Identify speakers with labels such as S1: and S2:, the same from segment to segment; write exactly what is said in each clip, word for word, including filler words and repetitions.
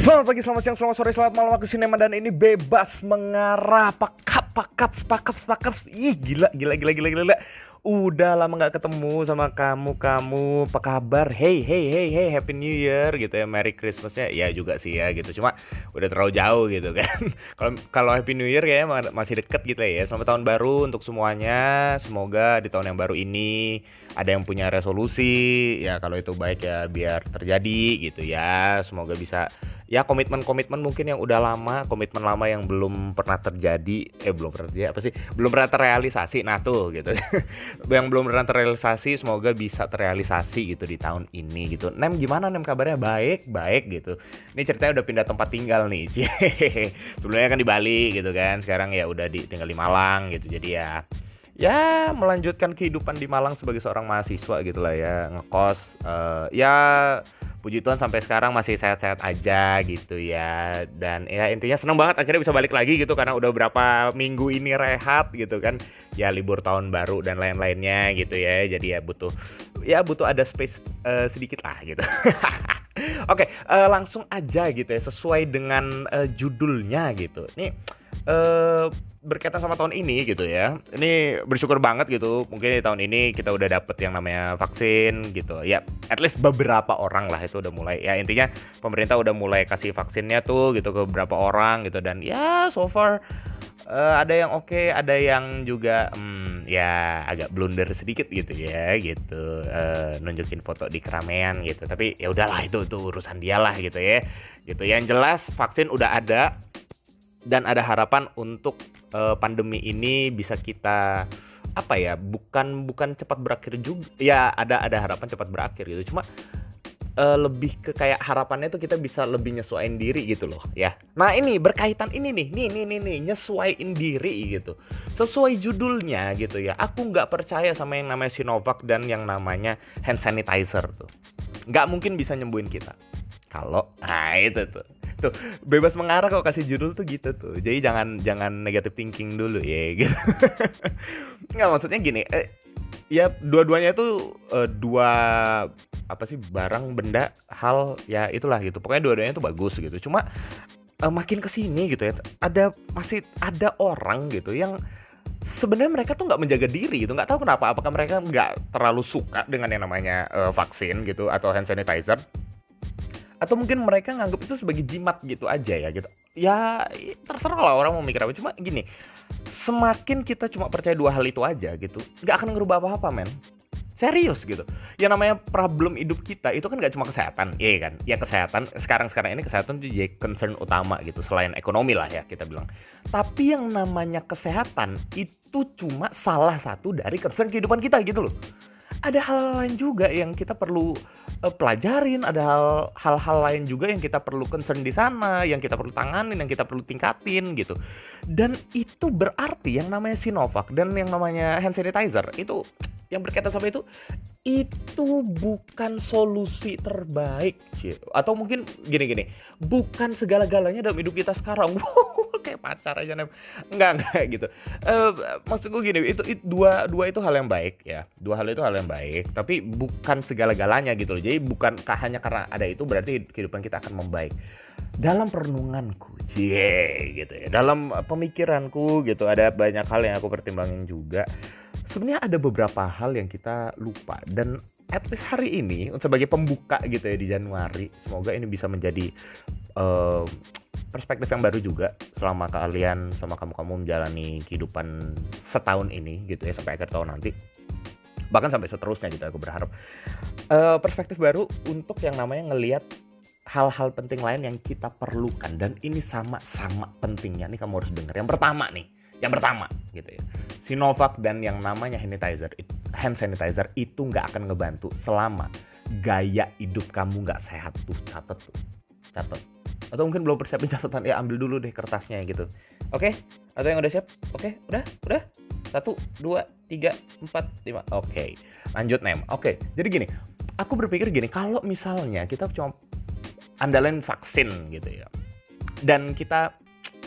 S1: Selamat pagi, selamat siang, selamat sore, selamat malam. Aku Sinema dan ini bebas mengarah. Pakap, pakap, pakap, pakap. Ih, gila, gila, gila, gila, gila. Udah lama gak ketemu sama kamu, kamu apa kabar? Hey, hey, hey, hey, Happy New Year gitu ya, Merry Christmas-nya. Ya juga sih ya gitu, cuma udah terlalu jauh gitu kan. Kalau kalau Happy New Year kayaknya masih deket gitu ya. Selamat tahun baru untuk semuanya. Semoga di tahun yang baru ini ada yang punya resolusi. Ya kalau itu baik ya biar terjadi gitu ya. Semoga bisa ya komitmen-komitmen mungkin yang udah lama, komitmen lama yang belum pernah terjadi, eh belum pernah terjadi apa sih? Belum pernah terrealisasi. Nah tuh gitu. Yang belum pernah terrealisasi semoga bisa terrealisasi gitu di tahun ini gitu. Nem gimana Nem kabarnya? Baik, baik gitu. Ini ceritanya udah pindah tempat tinggal nih. Sebelumnya kan di Bali gitu kan. Sekarang ya udah di tinggal di Malang gitu. Jadi ya ya melanjutkan kehidupan di Malang sebagai seorang mahasiswa gitu lah ya, ngekos. Uh, ya puji Tuhan sampai sekarang masih sehat-sehat aja gitu ya. Dan ya intinya seneng banget akhirnya bisa balik lagi gitu, karena udah berapa minggu ini rehat gitu kan. Ya libur tahun baru dan lain-lainnya gitu ya. Jadi ya butuh ya butuh ada space uh, sedikit lah gitu. Oke, uh, langsung aja gitu ya, sesuai dengan uh, judulnya gitu. Nih uh, berkaitan sama tahun ini gitu ya. Ini bersyukur banget gitu. Mungkin di tahun ini kita udah dapet yang namanya vaksin gitu. Ya, at least beberapa orang lah itu udah mulai. Ya intinya pemerintah udah mulai kasih vaksinnya tuh gitu ke beberapa orang gitu. Dan ya so far uh, ada yang oke, okay, ada yang juga hmm, ya agak blunder sedikit gitu ya gitu. Uh, nunjukin foto di keramaian gitu. Tapi ya udahlah, itu itu urusan dia lah gitu ya. Gitu. Yang jelas vaksin udah ada. Dan ada harapan untuk uh, pandemi ini bisa kita apa ya, bukan bukan cepat berakhir juga ya, ada ada harapan cepat berakhir gitu, cuma uh, lebih ke kayak harapannya tuh kita bisa lebih nyesuaiin diri gitu loh ya. Nah ini berkaitan ini nih nih nih nih, nih nyesuaiin diri gitu, sesuai judulnya gitu ya. Aku nggak percaya sama yang namanya Sinovac dan yang namanya hand sanitizer tuh, nggak mungkin bisa nyembuhin kita kalau nah itu tuh tuh bebas mengarah kalau kasih judul tuh gitu tuh. Jadi jangan jangan negative thinking dulu ya gitu. Nggak, maksudnya gini, eh, ya dua-duanya itu eh, dua apa sih, barang, benda, hal ya itulah gitu. Pokoknya dua-duanya itu bagus gitu. Cuma eh, makin kesini gitu ya, ada masih ada orang gitu yang sebenarnya mereka tuh nggak menjaga diri gitu. Nggak tahu kenapa, apakah mereka nggak terlalu suka dengan yang namanya eh, vaksin gitu atau hand sanitizer, atau mungkin mereka nganggap itu sebagai jimat gitu aja ya gitu. Ya terserah lah orang mau mikir apa. Cuma gini, semakin kita cuma percaya dua hal itu aja gitu, nggak akan ngerubah apa-apa men. Serius gitu. Yang namanya problem hidup kita itu kan nggak cuma kesehatan, iya kan? Ya kesehatan, sekarang-sekarang ini kesehatan itu jadi concern utama gitu, selain ekonomi lah ya kita bilang. Tapi yang namanya kesehatan itu cuma salah satu dari concern kehidupan kita gitu loh. Ada hal lain juga yang kita perlu uh, pelajarin, ada hal, hal-hal lain juga yang kita perlu concern di sana, yang kita perlu tanganin, yang kita perlu tingkatin gitu. Dan itu berarti yang namanya Sinovac dan yang namanya hand sanitizer itu, yang berkaitan sama itu, itu bukan solusi terbaik. Atau mungkin gini-gini, bukan segala-galanya dalam hidup kita sekarang. Kayak pacar aja, Nem. Enggak, enggak gitu. Uh, maksudku gini, itu, itu dua dua itu hal yang baik ya. Dua hal itu hal yang baik, tapi bukan segala-galanya gitu loh. Jadi bukan hanya karena ada itu berarti kehidupan kita akan membaik. Dalam perenunganku, cie gitu ya. Dalam pemikiranku gitu, ada banyak hal yang aku pertimbangin juga. Sebenarnya ada beberapa hal yang kita lupa, dan at least hari ini sebagai pembuka gitu ya di Januari, semoga ini bisa menjadi uh, perspektif yang baru juga selama kalian sama kamu-kamu menjalani kehidupan setahun ini gitu ya, sampai akhir tahun nanti, bahkan sampai seterusnya gitu. Aku berharap uh, perspektif baru untuk yang namanya ngelihat hal-hal penting lain yang kita perlukan, dan ini sama-sama pentingnya nih, kamu harus dengar. Yang pertama nih, yang pertama gitu ya, Sinovac dan yang namanya hand sanitizer, hand sanitizer itu nggak akan ngebantu selama gaya hidup kamu nggak sehat tuh. Catat tuh, catat. Atau mungkin belum persiapin catatan, ya ambil dulu deh kertasnya gitu. Oke? Atau yang udah siap? Oke? Udah? Udah? Satu, dua, tiga, empat, lima. Oke. Lanjut, Nem. Oke. Jadi gini, aku berpikir gini, kalau misalnya kita cuma andalin vaksin gitu ya, dan kita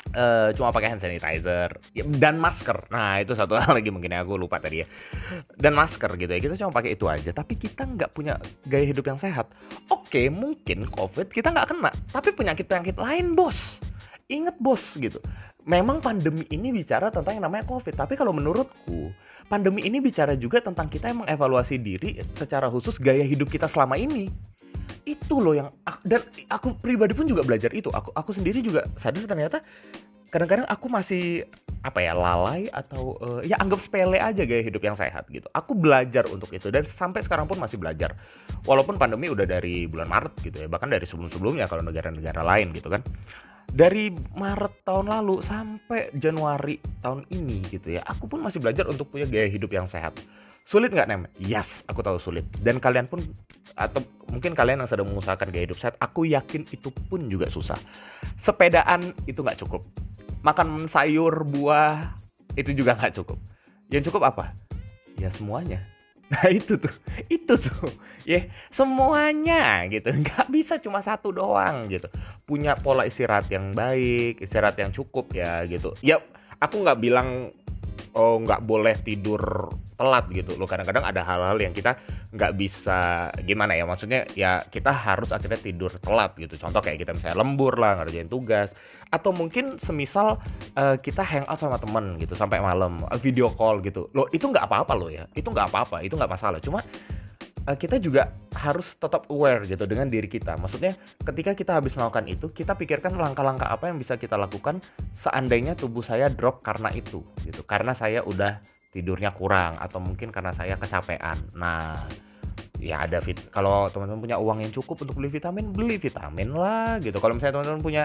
S1: eh, cuma pakai hand sanitizer ya, dan masker. Nah itu satu hal lagi mungkin yang aku lupa tadi ya. Dan masker gitu ya. Kita cuma pakai itu aja. Tapi kita nggak punya gaya hidup yang sehat. Oke mungkin COVID kita nggak kena. Tapi penyakit-penyakit lain bos. Ingat bos gitu. Memang pandemi ini bicara tentang yang namanya COVID. Tapi kalau menurutku pandemi ini bicara juga tentang kita yang mengevaluasi diri secara khusus gaya hidup kita selama ini. Itu loh yang, dan aku pribadi pun juga belajar itu. Aku aku sendiri juga sadar ternyata kadang-kadang aku masih apa ya lalai atau uh, ya anggap sepele aja gaya hidup yang sehat gitu. Aku belajar untuk itu dan sampai sekarang pun masih belajar. Walaupun pandemi udah dari bulan Maret gitu ya, bahkan dari sebelum-sebelumnya kalau negara-negara lain gitu kan. Dari Maret tahun lalu sampai Januari tahun ini gitu ya, aku pun masih belajar untuk punya gaya hidup yang sehat. Sulit nggak Nem? Yes, aku tahu sulit. Dan kalian pun, atau mungkin kalian yang sedang mengusahakan gaya hidup sehat, aku yakin itu pun juga susah. Sepedaan itu nggak cukup. Makan sayur, buah, itu juga nggak cukup. Yang cukup apa? Ya semuanya. Nah itu tuh, itu tuh, ya yeah, semuanya gitu. Nggak bisa cuma satu doang gitu. Punya pola istirahat yang baik, istirahat yang cukup ya gitu. Ya aku nggak bilang oh nggak boleh tidur telat gitu loh. Kadang-kadang ada hal-hal yang kita nggak bisa gimana ya, maksudnya ya kita harus akhirnya tidur telat gitu. Contoh kayak kita misalnya lembur lah ngerjain tugas, atau mungkin semisal uh, kita hangout sama temen gitu sampai malam, uh, video call gitu loh. Itu nggak apa-apa loh ya, itu nggak apa-apa, itu nggak masalah. Cuma uh, kita juga harus tetap aware gitu dengan diri kita. Maksudnya ketika kita habis melakukan itu, kita pikirkan langkah-langkah apa yang bisa kita lakukan seandainya tubuh saya drop karena itu gitu. Karena saya udah tidurnya kurang atau mungkin karena saya kecapean. Nah, ya ada fit. Kalau teman-teman punya uang yang cukup untuk beli vitamin, beli vitamin lah gitu. Kalau misalnya teman-teman punya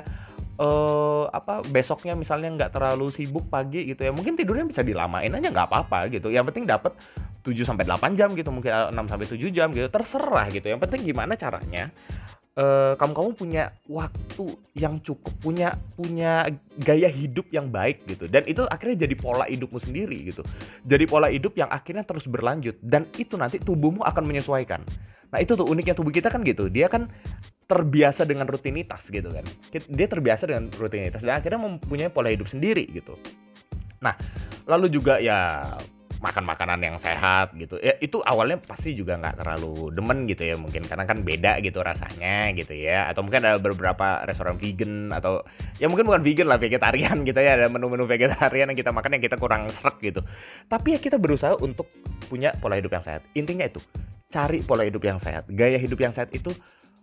S1: uh, apa besoknya misalnya nggak terlalu sibuk pagi gitu ya, mungkin tidurnya bisa dilamain aja nggak apa-apa gitu. Yang penting dapat tujuh sampai delapan jam gitu, mungkin enam sampai tujuh jam gitu, terserah gitu. Yang penting gimana caranya uh, kamu-kamu punya waktu yang cukup, punya punya gaya hidup yang baik gitu. Dan itu akhirnya jadi pola hidupmu sendiri gitu. Jadi pola hidup yang akhirnya terus berlanjut, dan itu nanti tubuhmu akan menyesuaikan. Nah itu tuh uniknya tubuh kita kan gitu. Dia kan terbiasa dengan rutinitas gitu kan. Dia terbiasa dengan rutinitas dan akhirnya mempunyai pola hidup sendiri gitu. Nah, lalu juga ya makan makanan yang sehat gitu ya, itu awalnya pasti juga nggak terlalu demen gitu ya, mungkin karena kan beda gitu rasanya gitu ya, atau mungkin ada beberapa restoran vegan atau ya mungkin bukan vegan lah, vegetarian gitu ya, ada menu-menu vegetarian yang kita makan yang kita kurang srek gitu. Tapi ya kita berusaha untuk punya pola hidup yang sehat. Intinya itu, cari pola hidup yang sehat. Gaya hidup yang sehat itu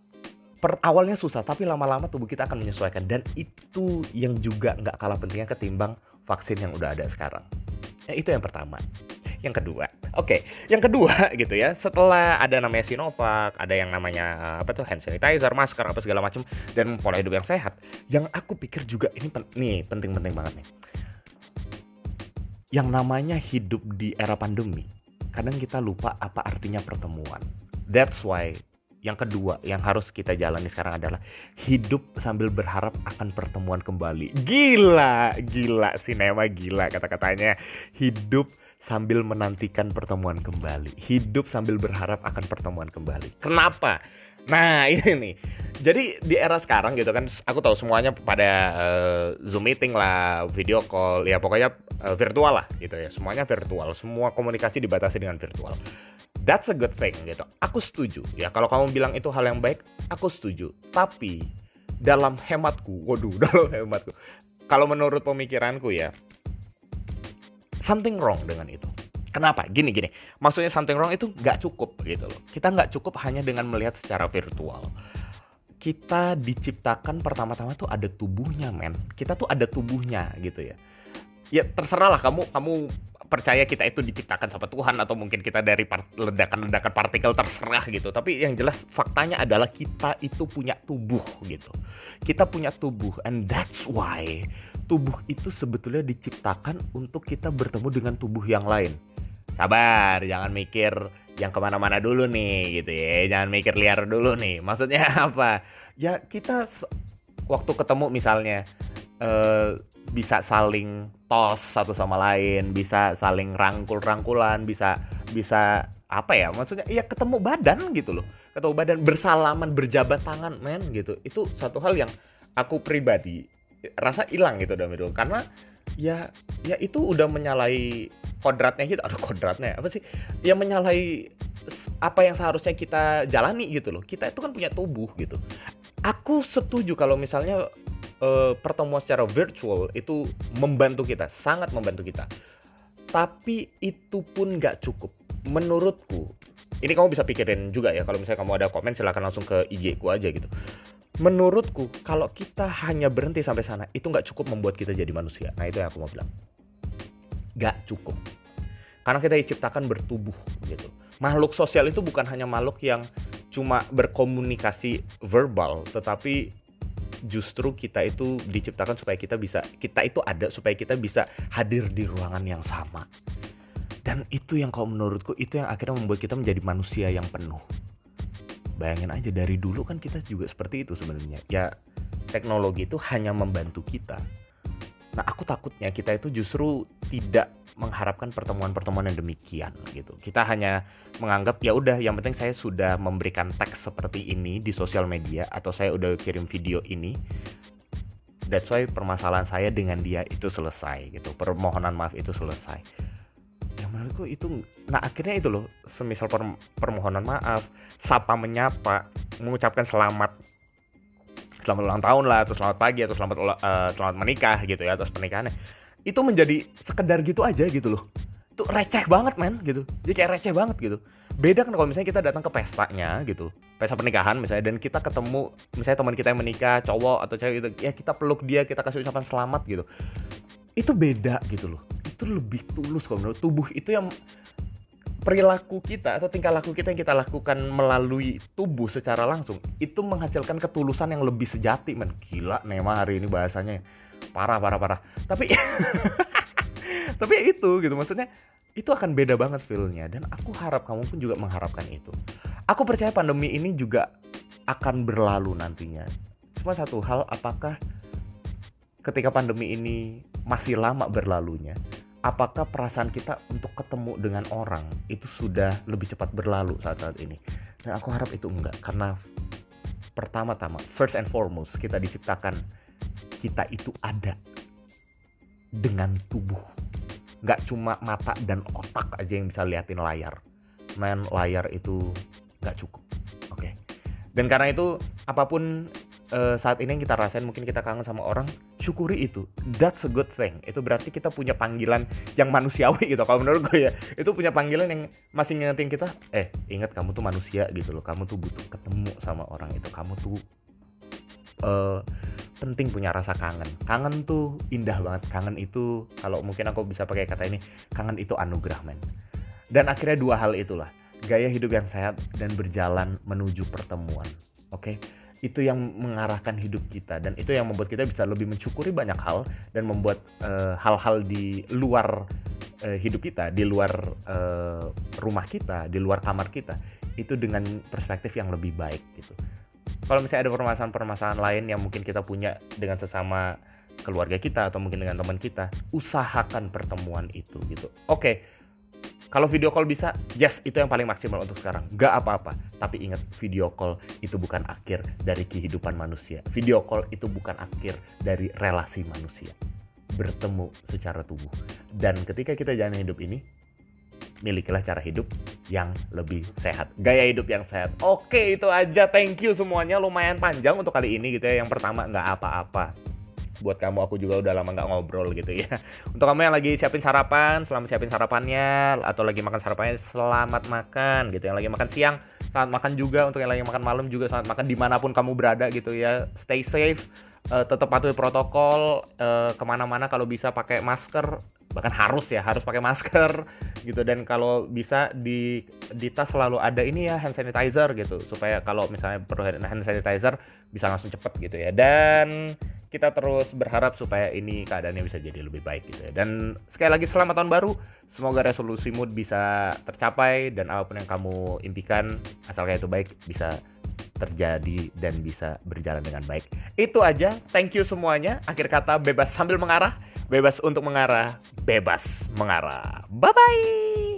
S1: per awalnya susah, tapi lama-lama tubuh kita akan menyesuaikan, dan itu yang juga nggak kalah pentingnya ketimbang vaksin yang udah ada sekarang. Ya, itu yang pertama. Yang kedua, oke, okay. yang kedua gitu ya, setelah ada namanya Sinovac, ada yang namanya apa tuh hand sanitizer, masker, apa segala macam, dan pola hidup yang sehat, yang aku pikir juga ini pen- nih penting-penting banget nih. Yang namanya hidup di era pandemi, kadang kita lupa apa artinya pertemuan. That's why yang kedua yang harus kita jalani sekarang adalah hidup sambil berharap akan pertemuan kembali. Gila, gila, sinema gila kata-katanya. Hidup sambil menantikan pertemuan kembali. Hidup sambil berharap akan pertemuan kembali. Kenapa? Nah ini nih. Jadi di era sekarang gitu kan, aku tahu semuanya pada uh, Zoom meeting lah, video call, ya pokoknya uh, virtual lah gitu ya. Semuanya virtual, semua komunikasi dibatasi dengan virtual. That's a good thing gitu. Aku setuju ya, kalau kamu bilang itu hal yang baik, aku setuju. Tapi dalam hematku, waduh, dalam hematku, kalau menurut pemikiranku ya, something wrong dengan itu. Kenapa? Gini gini. Maksudnya something wrong itu nggak cukup gitu loh. Kita nggak cukup hanya dengan melihat secara virtual. Kita diciptakan pertama-tama tuh ada tubuhnya, men. Kita tuh ada tubuhnya gitu ya. Ya terserah lah kamu kamu percaya kita itu diciptakan sama Tuhan atau mungkin kita dari part- ledakan-ledakan partikel, terserah gitu. Tapi yang jelas faktanya adalah kita itu punya tubuh gitu. Kita punya tubuh, and that's why tubuh itu sebetulnya diciptakan untuk kita bertemu dengan tubuh yang lain. Sabar, jangan mikir yang kemana-mana dulu nih gitu ya. Jangan mikir liar dulu nih. Maksudnya apa? Ya kita waktu ketemu misalnya uh, bisa saling tos satu sama lain, bisa saling rangkul-rangkulan, bisa bisa apa ya? Maksudnya ya ketemu badan gitu loh. Ketemu badan, bersalaman, berjabat tangan, men gitu. Itu satu hal yang aku pribadi rasa hilang gitu dalam hidup, karena ya ya itu udah menyalahi kodratnya gitu. Aduh, kodratnya apa sih, ya menyalahi apa yang seharusnya kita jalani gitu loh. Kita itu kan punya tubuh gitu. Aku setuju kalau misalnya uh, pertemuan secara virtual itu membantu kita, sangat membantu kita. Tapi itu pun nggak cukup menurutku. Ini kamu bisa pikirin juga ya, kalau misalnya kamu ada komen silahkan langsung ke I G ku aja gitu. Menurutku kalau kita hanya berhenti sampai sana, itu nggak cukup membuat kita jadi manusia. Nah itu yang aku mau bilang, nggak cukup. Karena kita diciptakan bertubuh gitu. Makhluk sosial itu bukan hanya makhluk yang cuma berkomunikasi verbal, tetapi justru kita itu diciptakan supaya kita bisa, kita itu ada supaya kita bisa hadir di ruangan yang sama. Dan itu yang kalau menurutku itu yang akhirnya membuat kita menjadi manusia yang penuh. Bayangin aja, dari dulu kan kita juga seperti itu sebenarnya. Ya teknologi itu hanya membantu kita. Nah aku takutnya kita itu justru tidak mengharapkan pertemuan-pertemuan yang demikian gitu. Kita hanya menganggap ya udah, yang penting saya sudah memberikan teks seperti ini di sosial media, atau saya udah kirim video ini, that's why permasalahan saya dengan dia itu selesai gitu, permohonan maaf itu selesai. Ya menurutku itu, nah akhirnya itu loh, semisal per, permohonan maaf, sapa menyapa, mengucapkan selamat selamat ulang tahun lah, atau selamat pagi, atau selamat uh, selamat menikah gitu ya, atas pernikahannya, itu menjadi sekedar gitu aja gitu loh. Itu receh banget men gitu. Jadi kayak receh banget gitu. Beda kan kalau misalnya kita datang ke pestanya gitu, pesta pernikahan misalnya, dan kita ketemu misalnya teman kita yang menikah, cowok atau cewek gitu, ya kita peluk dia, kita kasih ucapan selamat gitu. Itu beda gitu loh. Itu lebih tulus kalau menurut tubuh itu, yang perilaku kita atau tingkah laku kita yang kita lakukan melalui tubuh secara langsung itu menghasilkan ketulusan yang lebih sejati men. Gila Nema hari ini bahasanya parah parah parah. Tapi tapi itu gitu, maksudnya itu akan beda banget feel-nya, dan aku harap kamu pun juga mengharapkan itu. Aku percaya pandemi ini juga akan berlalu nantinya. Cuma satu hal, apakah ketika pandemi ini masih lama berlalunya, apakah perasaan kita untuk ketemu dengan orang itu sudah lebih cepat berlalu saat-saat ini? Dan aku harap itu enggak, karena pertama-tama, first and foremost, kita diciptakan, kita itu ada dengan tubuh. Nggak cuma mata dan otak aja yang bisa liatin layar. Men, layar itu nggak cukup. Oke. Okay? Dan karena itu, apapun uh, saat ini yang kita rasain, mungkin kita kangen sama orang, syukuri itu. That's a good thing. Itu berarti kita punya panggilan yang manusiawi gitu. Kalau menurut gue ya, itu punya panggilan yang masih ngingetin kita, eh ingat kamu tuh manusia gitu loh. Kamu tuh butuh ketemu sama orang itu. Kamu tuh uh, penting punya rasa kangen. Kangen tuh indah banget. Kangen itu, kalau mungkin aku bisa pakai kata ini, kangen itu anugerah men. Dan akhirnya dua hal itulah, gaya hidup yang sehat dan berjalan menuju pertemuan. Oke, okay? Itu yang mengarahkan hidup kita, dan itu yang membuat kita bisa lebih mensyukuri banyak hal, dan membuat uh, hal-hal di luar uh, hidup kita, di luar uh, rumah kita, di luar kamar kita, itu dengan perspektif yang lebih baik gitu. Kalau misalnya ada permasalahan-permasalahan lain yang mungkin kita punya dengan sesama keluarga kita atau mungkin dengan teman kita, usahakan pertemuan itu gitu. Oke, okay. Kalau video call bisa, yes, itu yang paling maksimal untuk sekarang. Gak apa-apa, tapi ingat, video call itu bukan akhir dari kehidupan manusia. Video call itu bukan akhir dari relasi manusia. Bertemu secara tubuh. Dan ketika kita jalani hidup ini, milikilah cara hidup yang lebih sehat, gaya hidup yang sehat. Oke, itu aja. Thank you semuanya. Lumayan panjang untuk kali ini gitu ya. Yang pertama, nggak apa-apa. Buat kamu, aku juga udah lama nggak ngobrol gitu ya. Untuk kamu yang lagi siapin sarapan, selamat siapin sarapannya. Atau lagi makan sarapannya, selamat makan gitu. Yang lagi makan siang, selamat makan juga. Untuk yang lagi makan malam juga selamat makan dimanapun kamu berada gitu ya. Stay safe, uh, tetap patuhi protokol, uh, kemana-mana kalau bisa pakai masker. Bahkan harus ya, harus pakai masker gitu. Dan kalau bisa di di tas selalu ada ini ya, hand sanitizer gitu, supaya kalau misalnya perlu hand sanitizer bisa langsung cepet gitu ya. Dan kita terus berharap supaya ini keadaannya bisa jadi lebih baik gitu ya. Dan sekali lagi selamat tahun baru. Semoga resolusimu bisa tercapai, dan apapun yang kamu impikan, asalkan itu baik, bisa terjadi dan bisa berjalan dengan baik. Itu aja. Thank you semuanya. Akhir kata, bebas sambil mengarah, bebas untuk mengarah, bebas mengarah. Bye bye.